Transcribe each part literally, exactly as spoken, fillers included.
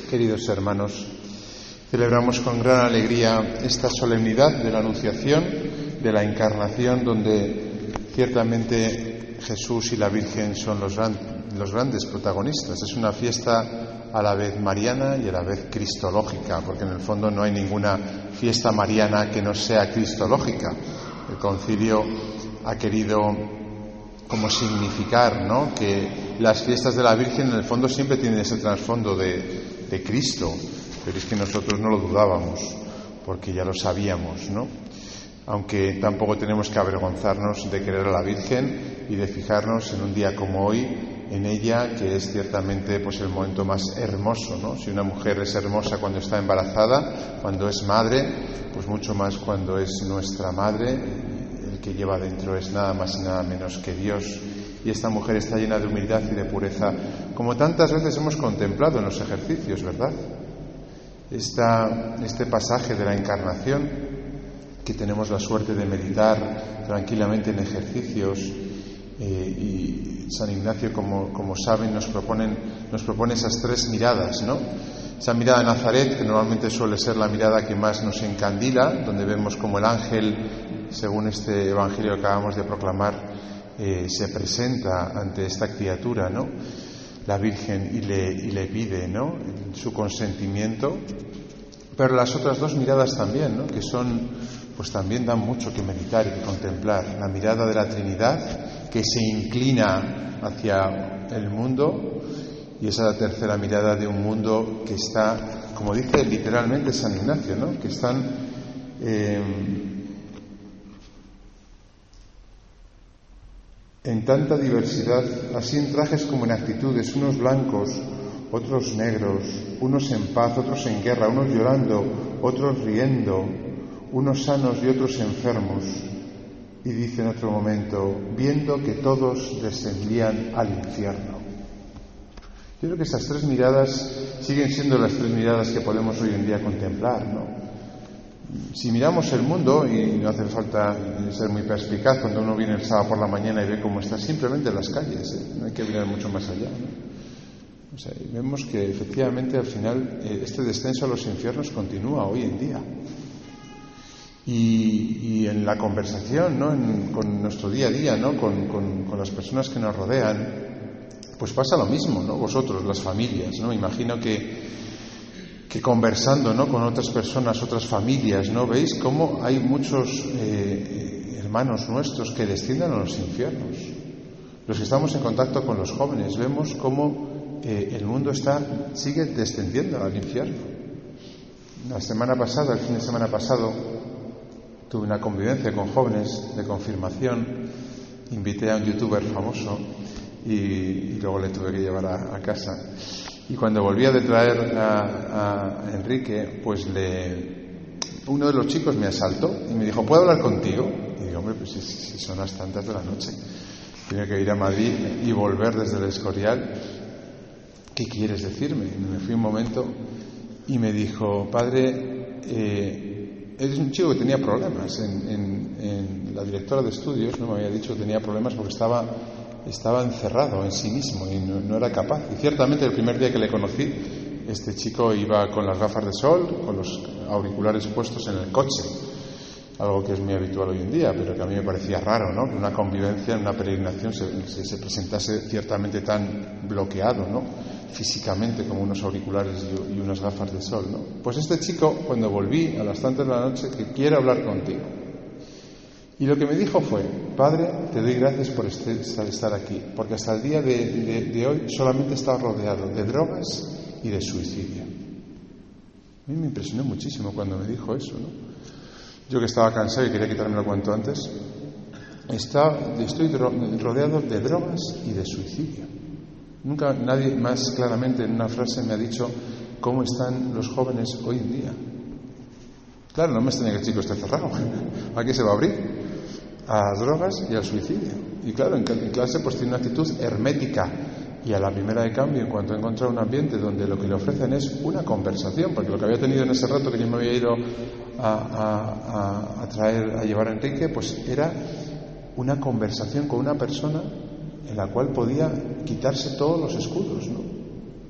Queridos hermanos, celebramos con gran alegría esta solemnidad de la Anunciación, de la Encarnación, donde ciertamente Jesús y la Virgen son los, gran, los grandes protagonistas. Es una fiesta a la vez mariana y a la vez cristológica, porque en el fondo no hay ninguna fiesta mariana que no sea cristológica. El Concilio ha querido como significar, ¿no?, que las fiestas de la Virgen en el fondo siempre tienen ese trasfondo de, de Cristo, pero es que nosotros no lo dudábamos, porque ya lo sabíamos, ¿no? Aunque tampoco tenemos que avergonzarnos de querer a la Virgen y de fijarnos en un día como hoy en ella, que es ciertamente pues el momento más hermoso, ¿no? Si una mujer es hermosa cuando está embarazada, cuando es madre, pues mucho más cuando es nuestra madre. El que lleva dentro es nada más y nada menos que Dios, y esta mujer está llena de humildad y de pureza, como tantas veces hemos contemplado en los ejercicios, ¿verdad? Esta, este pasaje de la Encarnación, que tenemos la suerte de meditar tranquilamente en ejercicios, eh, y San Ignacio, como, como saben, nos, proponen, nos propone esas tres miradas, ¿no? Esa mirada de Nazaret, que normalmente suele ser la mirada que más nos encandila, donde vemos como el ángel, según este evangelio que acabamos de proclamar, eh, se presenta ante esta criatura, ¿no?, la Virgen, y le, y le pide, ¿no?, su consentimiento. Pero las otras dos miradas también, ¿no?, que son, pues también dan mucho que meditar y que contemplar. La mirada de la Trinidad, que se inclina hacia el mundo, y esa es la tercera mirada de un mundo que está, como dice literalmente San Ignacio, ¿no?, que están eh, en tanta diversidad, así en trajes como en actitudes, unos blancos, otros negros, unos en paz, otros en guerra, unos llorando, otros riendo, unos sanos y otros enfermos. Y dice en otro momento, viendo que todos descendían al infierno. Yo creo que esas tres miradas siguen siendo las tres miradas que podemos hoy en día contemplar, ¿no? Si miramos el mundo, y no hace falta ser muy perspicaz cuando uno viene el sábado por la mañana y ve cómo está simplemente en las calles, ¿eh? No hay que mirar mucho más allá, ¿no? O sea, vemos que efectivamente al final eh, este descenso a los infiernos continúa hoy en día. Y, y en la conversación, ¿no?, en, con nuestro día a día, ¿no?, con, con, con las personas que nos rodean, pues pasa lo mismo, ¿no? Vosotros, las familias, ¿no? Imagino que que conversando, ¿no?, con otras personas, otras familias, ¿no?, veis cómo hay muchos eh, hermanos nuestros que descienden a los infiernos. Los que estamos en contacto con los jóvenes vemos cómo eh, el mundo está sigue descendiendo al infierno. La semana pasada, el fin de semana pasado, tuve una convivencia con jóvenes de confirmación, invité a un youtuber famoso y, y luego le tuve que llevar a, a casa. Y cuando volví a traer a, a Enrique, pues le, uno de los chicos me asaltó y me dijo, ¿puedo hablar contigo? Y digo, hombre, pues si, si son las tantas de la noche, tenía que ir a Madrid y volver desde el Escorial, ¿qué quieres decirme? Y me fui un momento y me dijo, padre, eh, eres un chico que tenía problemas. En, en, en la directora de estudios, ¿no?, me había dicho que tenía problemas porque estaba... estaba encerrado en sí mismo y no, no era capaz. Y ciertamente el primer día que le conocí, este chico iba con las gafas de sol, con los auriculares puestos en el coche, algo que es muy habitual hoy en día, pero que a mí me parecía raro, ¿no?, que una convivencia, en una peregrinación se, se, se presentase ciertamente tan bloqueado, ¿no?, físicamente, como unos auriculares y, y unas gafas de sol, ¿no? Pues este chico, cuando volví a las tantas de la noche, que quiere hablar contigo. Y lo que me dijo fue, padre, te doy gracias por estar aquí, porque hasta el día de, de, de hoy solamente he estado rodeado de drogas y de suicidio. A mí me impresionó muchísimo cuando me dijo eso, ¿no? Yo que estaba cansado y quería quitármelo cuanto antes, está, estoy rodeado de drogas y de suicidio. Nunca nadie más claramente en una frase me ha dicho cómo están los jóvenes hoy en día. Claro, no me extraña que el chico esté cerrado. ¿A qué se va a abrir? A las drogas y al suicidio. Y claro, en clase pues tiene una actitud hermética, y a la primera de cambio, en cuanto ha encontrado un ambiente donde lo que le ofrecen es una conversación, porque lo que había tenido en ese rato que yo me había ido a, a, a, a traer, a llevar a Enrique, pues era una conversación con una persona en la cual podía quitarse todos los escudos, ¿no?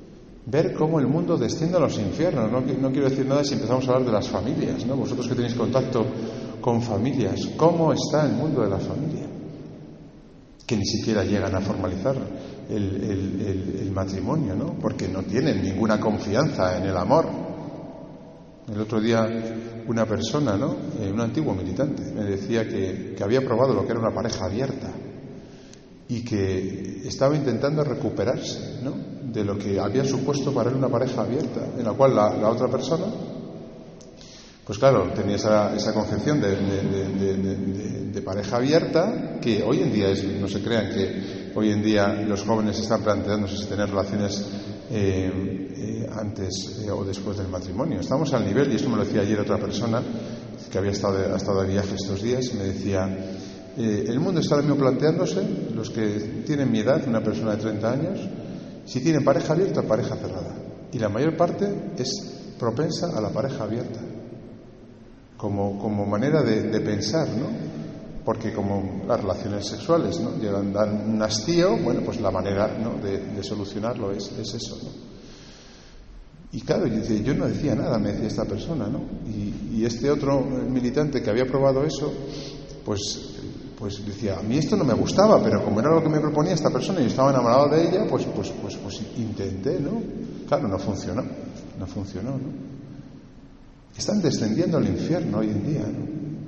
ver cómo el mundo desciende a los infiernos. No, no quiero decir nada si empezamos a hablar de las familias, ¿no? Vosotros que tenéis contacto con familias, ¿cómo está el mundo de la familia? Que ni siquiera llegan a formalizar el, el, el, el matrimonio, ¿no? Porque no tienen ninguna confianza en el amor. El otro día una persona, ¿no? Eh, un antiguo militante, me decía que, que había probado lo que era una pareja abierta y que estaba intentando recuperarse, ¿no? De lo que había supuesto para él una pareja abierta, en la cual la, la otra persona, pues claro, tenía esa, esa concepción de, de, de, de, de, de pareja abierta, que hoy en día es, no se crean que hoy en día los jóvenes están planteándose si tener relaciones eh, eh, antes eh, o después del matrimonio. Estamos al nivel, y esto me lo decía ayer otra persona que había estado de, ha estado de viaje estos días, me decía, eh, el mundo está ahora mismo planteándose, los que tienen mi edad, una persona de treinta años, si tienen pareja abierta o pareja cerrada. Y la mayor parte es propensa a la pareja abierta. Como, como manera de, de pensar, ¿no? Porque como las relaciones sexuales, ¿no? Llegan, dan un hastío, bueno, pues la manera, ¿no? de, de solucionarlo es, es eso, ¿no? Y claro, yo, decía, yo no decía nada, me decía esta persona, ¿no? Y, y este otro militante que había probado eso, pues, pues decía, a mí esto no me gustaba, pero como era lo que me proponía esta persona y yo estaba enamorado de ella, pues, pues, pues, pues intenté, ¿no? Claro, no funcionó, no funcionó, ¿no? Están descendiendo al infierno hoy en día, ¿no?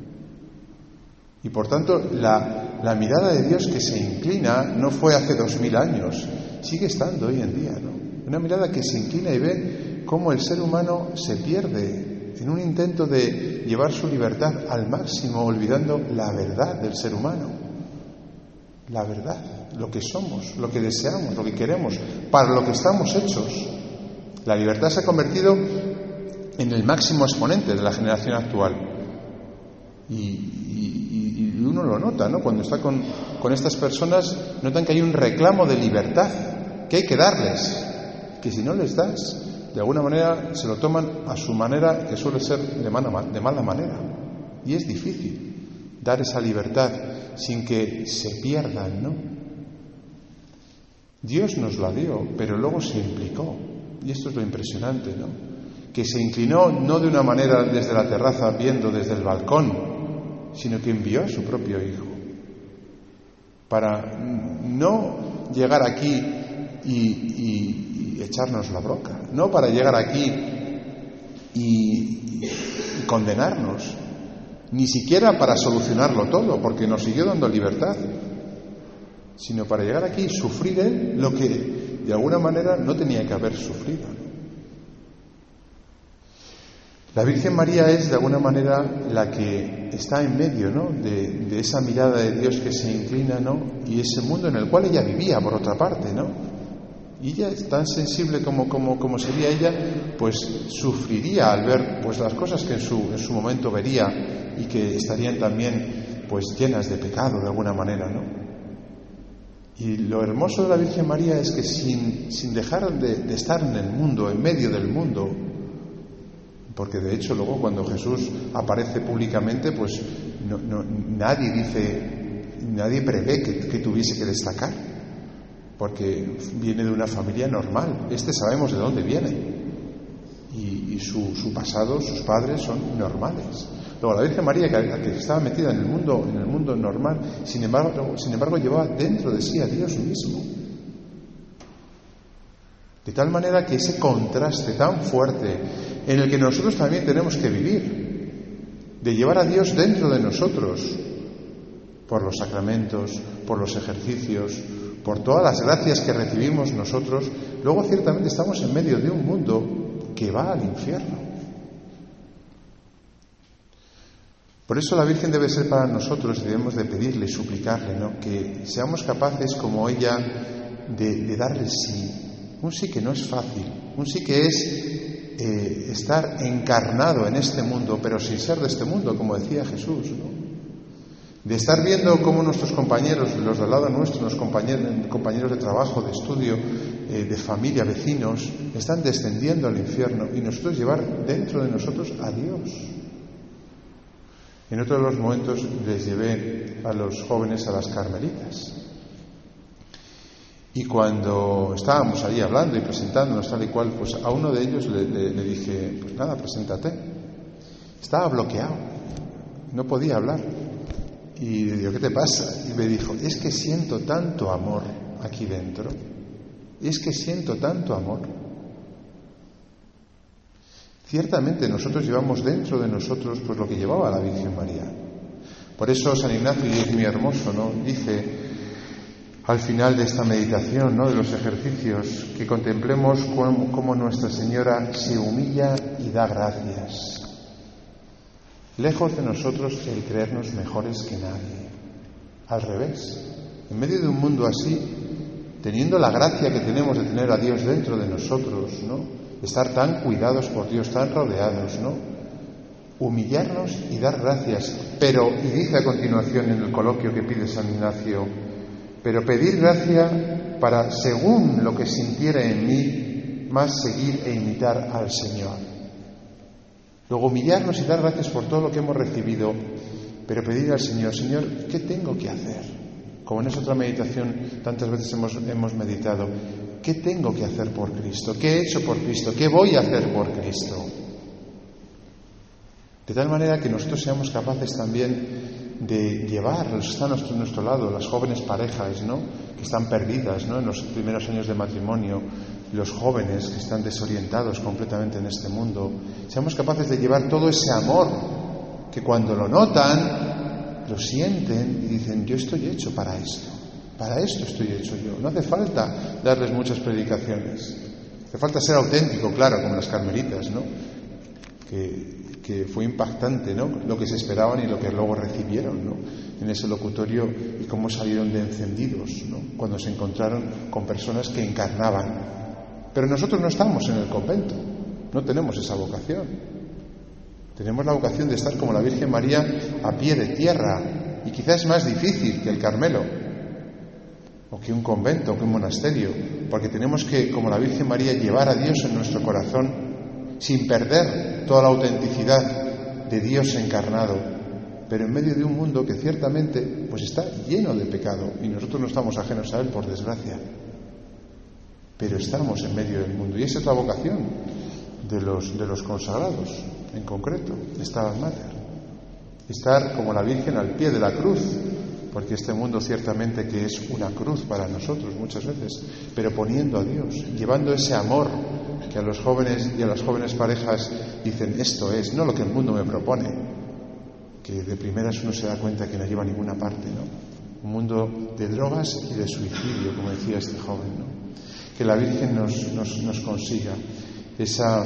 Y por tanto, la, la mirada de Dios que se inclina no fue hace dos mil años, sigue estando hoy en día, ¿no? Una mirada que se inclina y ve cómo el ser humano se pierde en un intento de llevar su libertad al máximo, olvidando la verdad del ser humano. La verdad, lo que somos, lo que deseamos, lo que queremos, para lo que estamos hechos. La libertad se ha convertido en el máximo exponente de la generación actual. Y, y, y uno lo nota, ¿no? Cuando está con, con estas personas, notan que hay un reclamo de libertad, que hay que darles, que si no les das, de alguna manera se lo toman a su manera, que suele ser de mala, de mala manera. Y es difícil dar esa libertad sin que se pierdan, ¿no? Dios nos la dio, pero luego se implicó. Y esto es lo impresionante, ¿no? Que se inclinó no de una manera desde la terraza viendo desde el balcón, sino que envió a su propio Hijo para no llegar aquí y, y, y echarnos la bronca, no para llegar aquí y, y condenarnos, ni siquiera para solucionarlo todo, porque nos siguió dando libertad, sino para llegar aquí y sufrir Él lo que de alguna manera no tenía que haber sufrido. La Virgen María es de alguna manera la que está en medio, ¿no? de, de esa mirada de Dios que se inclina, ¿no? Y ese mundo en el cual ella vivía, por otra parte, ¿no? Y ella es tan sensible como, como, como sería ella, pues sufriría al ver pues las cosas que en su, en su momento vería y que estarían también pues llenas de pecado de alguna manera, ¿no? Y lo hermoso de la Virgen María es que sin, sin dejar de, de estar en el mundo, en medio del mundo, porque de hecho luego cuando Jesús aparece públicamente, pues no, no, nadie dice, nadie prevé que, que tuviese que destacar, porque viene de una familia normal. Este sabemos de dónde viene y, y su, su pasado, sus padres son normales. Luego la Virgen María, que, que estaba metida en el mundo, en el mundo normal, sin embargo, sin embargo llevaba dentro de sí a Dios mismo. De tal manera que ese contraste tan fuerte en el que nosotros también tenemos que vivir, de llevar a Dios dentro de nosotros, por los sacramentos, por los ejercicios, por todas las gracias que recibimos nosotros, luego ciertamente estamos en medio de un mundo que va al infierno. Por eso la Virgen debe ser para nosotros, y debemos de pedirle y suplicarle, ¿no? Que seamos capaces, como ella, de, de darle sí. Un sí que no es fácil, un sí que es eh, estar encarnado en este mundo, pero sin ser de este mundo, como decía Jesús, ¿no? De estar viendo cómo nuestros compañeros, los del lado nuestro, los compañeros, compañeros de trabajo, de estudio, eh, de familia, vecinos, están descendiendo al infierno, y nosotros llevar dentro de nosotros a Dios. En otro de los momentos les llevé a los jóvenes a las Carmelitas. Y cuando estábamos ahí hablando y presentándonos tal y cual, pues a uno de ellos le, le, le dije, pues nada, preséntate. Estaba bloqueado, no podía hablar. Y le digo, ¿qué te pasa? Y me dijo, es que siento tanto amor aquí dentro, es que siento tanto amor. Ciertamente nosotros llevamos dentro de nosotros pues lo que llevaba la Virgen María. Por eso San Ignacio, y es muy hermoso, ¿no?, dice al final de esta meditación, ¿no?, de los ejercicios, que contemplemos cómo, cómo Nuestra Señora se humilla y da gracias. Lejos de nosotros el creernos mejores que nadie. Al revés, en medio de un mundo así, teniendo la gracia que tenemos de tener a Dios dentro de nosotros, ¿no?, estar tan cuidados por Dios, tan rodeados, ¿no?, humillarnos y dar gracias. Pero, y dice a continuación en el coloquio que pide San Ignacio, pero pedir gracia para, según lo que sintiera en mí, más seguir e imitar al Señor. Luego humillarnos y dar gracias por todo lo que hemos recibido, pero pedir al Señor, Señor, ¿qué tengo que hacer? Como en esa otra meditación tantas veces hemos, hemos meditado, ¿qué tengo que hacer por Cristo? ¿Qué he hecho por Cristo? ¿Qué voy a hacer por Cristo? De tal manera que nosotros seamos capaces también de llevar a los que están a nuestro lado, las jóvenes parejas, ¿no?, que están perdidas, ¿no?, en los primeros años de matrimonio, los jóvenes que están desorientados completamente en este mundo, seamos capaces de llevar todo ese amor que cuando lo notan, lo sienten y dicen, yo estoy hecho para esto, para esto estoy hecho yo. No hace falta darles muchas predicaciones, hace falta ser auténtico, claro, como las carmelitas, ¿no?, que que fue impactante, ¿no?, lo que se esperaban y lo que luego recibieron, ¿no?, en ese locutorio, y cómo salieron de encendidos, ¿no?, cuando se encontraron con personas que encarnaban. Pero nosotros no estamos en el convento, no tenemos esa vocación. Tenemos la vocación de estar como la Virgen María a pie de tierra, y quizás es más difícil que el Carmelo, o que un convento, o que un monasterio, porque tenemos que, como la Virgen María, llevar a Dios en nuestro corazón, sin perder toda la autenticidad de Dios encarnado, pero en medio de un mundo que ciertamente pues está lleno de pecado, y nosotros no estamos ajenos a él, por desgracia, pero estamos en medio del mundo, y esa es la vocación de los, de los consagrados, en concreto, de Stabat Mater, estar como la Virgen al pie de la cruz, porque este mundo ciertamente que es una cruz para nosotros muchas veces, pero poniendo a Dios, llevando ese amor que a los jóvenes y a las jóvenes parejas dicen, esto es, no lo que el mundo me propone, que de primeras uno se da cuenta que no lleva a ninguna parte, ¿no? Un mundo de drogas y de suicidio, como decía este joven, ¿no? Que la Virgen nos, nos, nos consiga esa,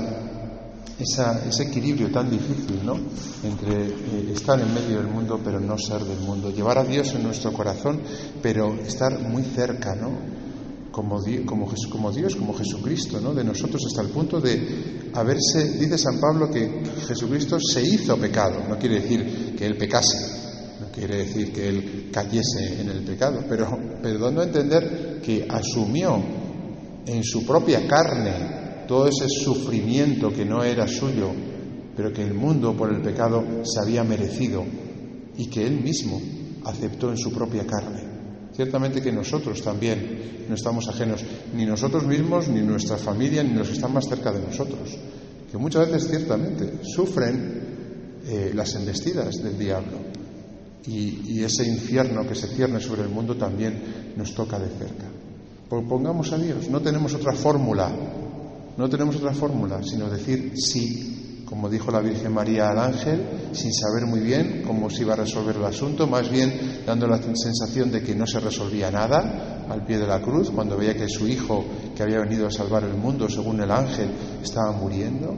esa, ese equilibrio tan difícil, ¿no?, entre eh, estar en medio del mundo pero no ser del mundo, llevar a Dios en nuestro corazón pero estar muy cerca, ¿no?, Como, como, como Dios, como Jesucristo, ¿no?, de nosotros, hasta el punto de haberse, dice San Pablo que Jesucristo se hizo pecado. No quiere decir que Él pecase, no quiere decir que Él cayese en el pecado, pero, pero dando a entender que asumió en su propia carne todo ese sufrimiento que no era suyo, pero que el mundo por el pecado se había merecido, y que Él mismo aceptó en su propia carne. Ciertamente que nosotros también no estamos ajenos, ni nosotros mismos, ni nuestra familia, ni los que están más cerca de nosotros, que muchas veces ciertamente sufren eh, las embestidas del diablo, y, y ese infierno que se cierne sobre el mundo también nos toca de cerca. Pongamos a Dios, no tenemos otra fórmula, no tenemos otra fórmula, sino decir sí, como dijo la Virgen María al ángel, sin saber muy bien cómo se iba a resolver el asunto, más bien dando la sensación de que no se resolvía nada al pie de la cruz, cuando veía que su hijo, que había venido a salvar el mundo según el ángel, estaba muriendo,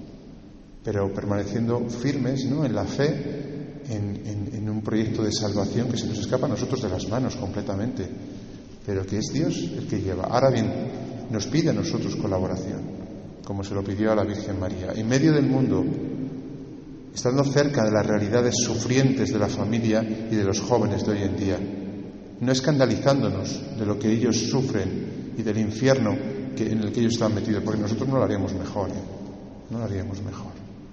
pero permaneciendo firmes, ¿no?, en la fe, en, en, en un proyecto de salvación que se nos escapa a nosotros de las manos completamente, pero que es Dios el que lleva. Ahora bien, nos pide a nosotros colaboración, como se lo pidió a la Virgen María, en medio del mundo, estando cerca de las realidades sufrientes de la familia y de los jóvenes de hoy en día, no escandalizándonos de lo que ellos sufren y del infierno que, en el que ellos están metidos, porque nosotros no lo haríamos mejor, ¿eh? no lo haríamos mejor.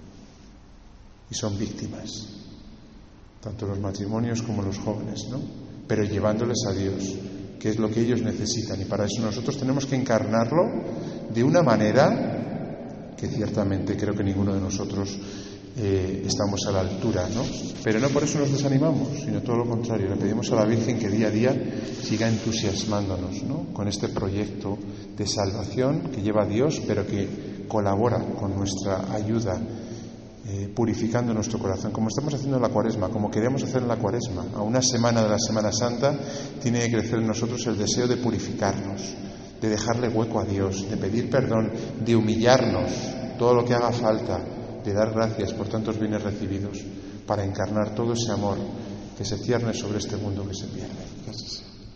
Y son víctimas, tanto los matrimonios como los jóvenes, ¿no?, pero llevándoles a Dios, que es lo que ellos necesitan, y para eso nosotros tenemos que encarnarlo de una manera que ciertamente creo que ninguno de nosotros eh, estamos a la altura, ¿no? Pero no por eso nos desanimamos, sino todo lo contrario, le pedimos a la Virgen que día a día siga entusiasmándonos, ¿no?, con este proyecto de salvación que lleva a Dios, pero que colabora con nuestra ayuda, eh, purificando nuestro corazón, como estamos haciendo en la Cuaresma, como queremos hacer en la Cuaresma. A una semana de la Semana Santa tiene que crecer en nosotros el deseo de purificarnos, de dejarle hueco a Dios, de pedir perdón, de humillarnos, todo lo que haga falta, de dar gracias por tantos bienes recibidos, para encarnar todo ese amor que se cierne sobre este mundo que se pierde. Gracias.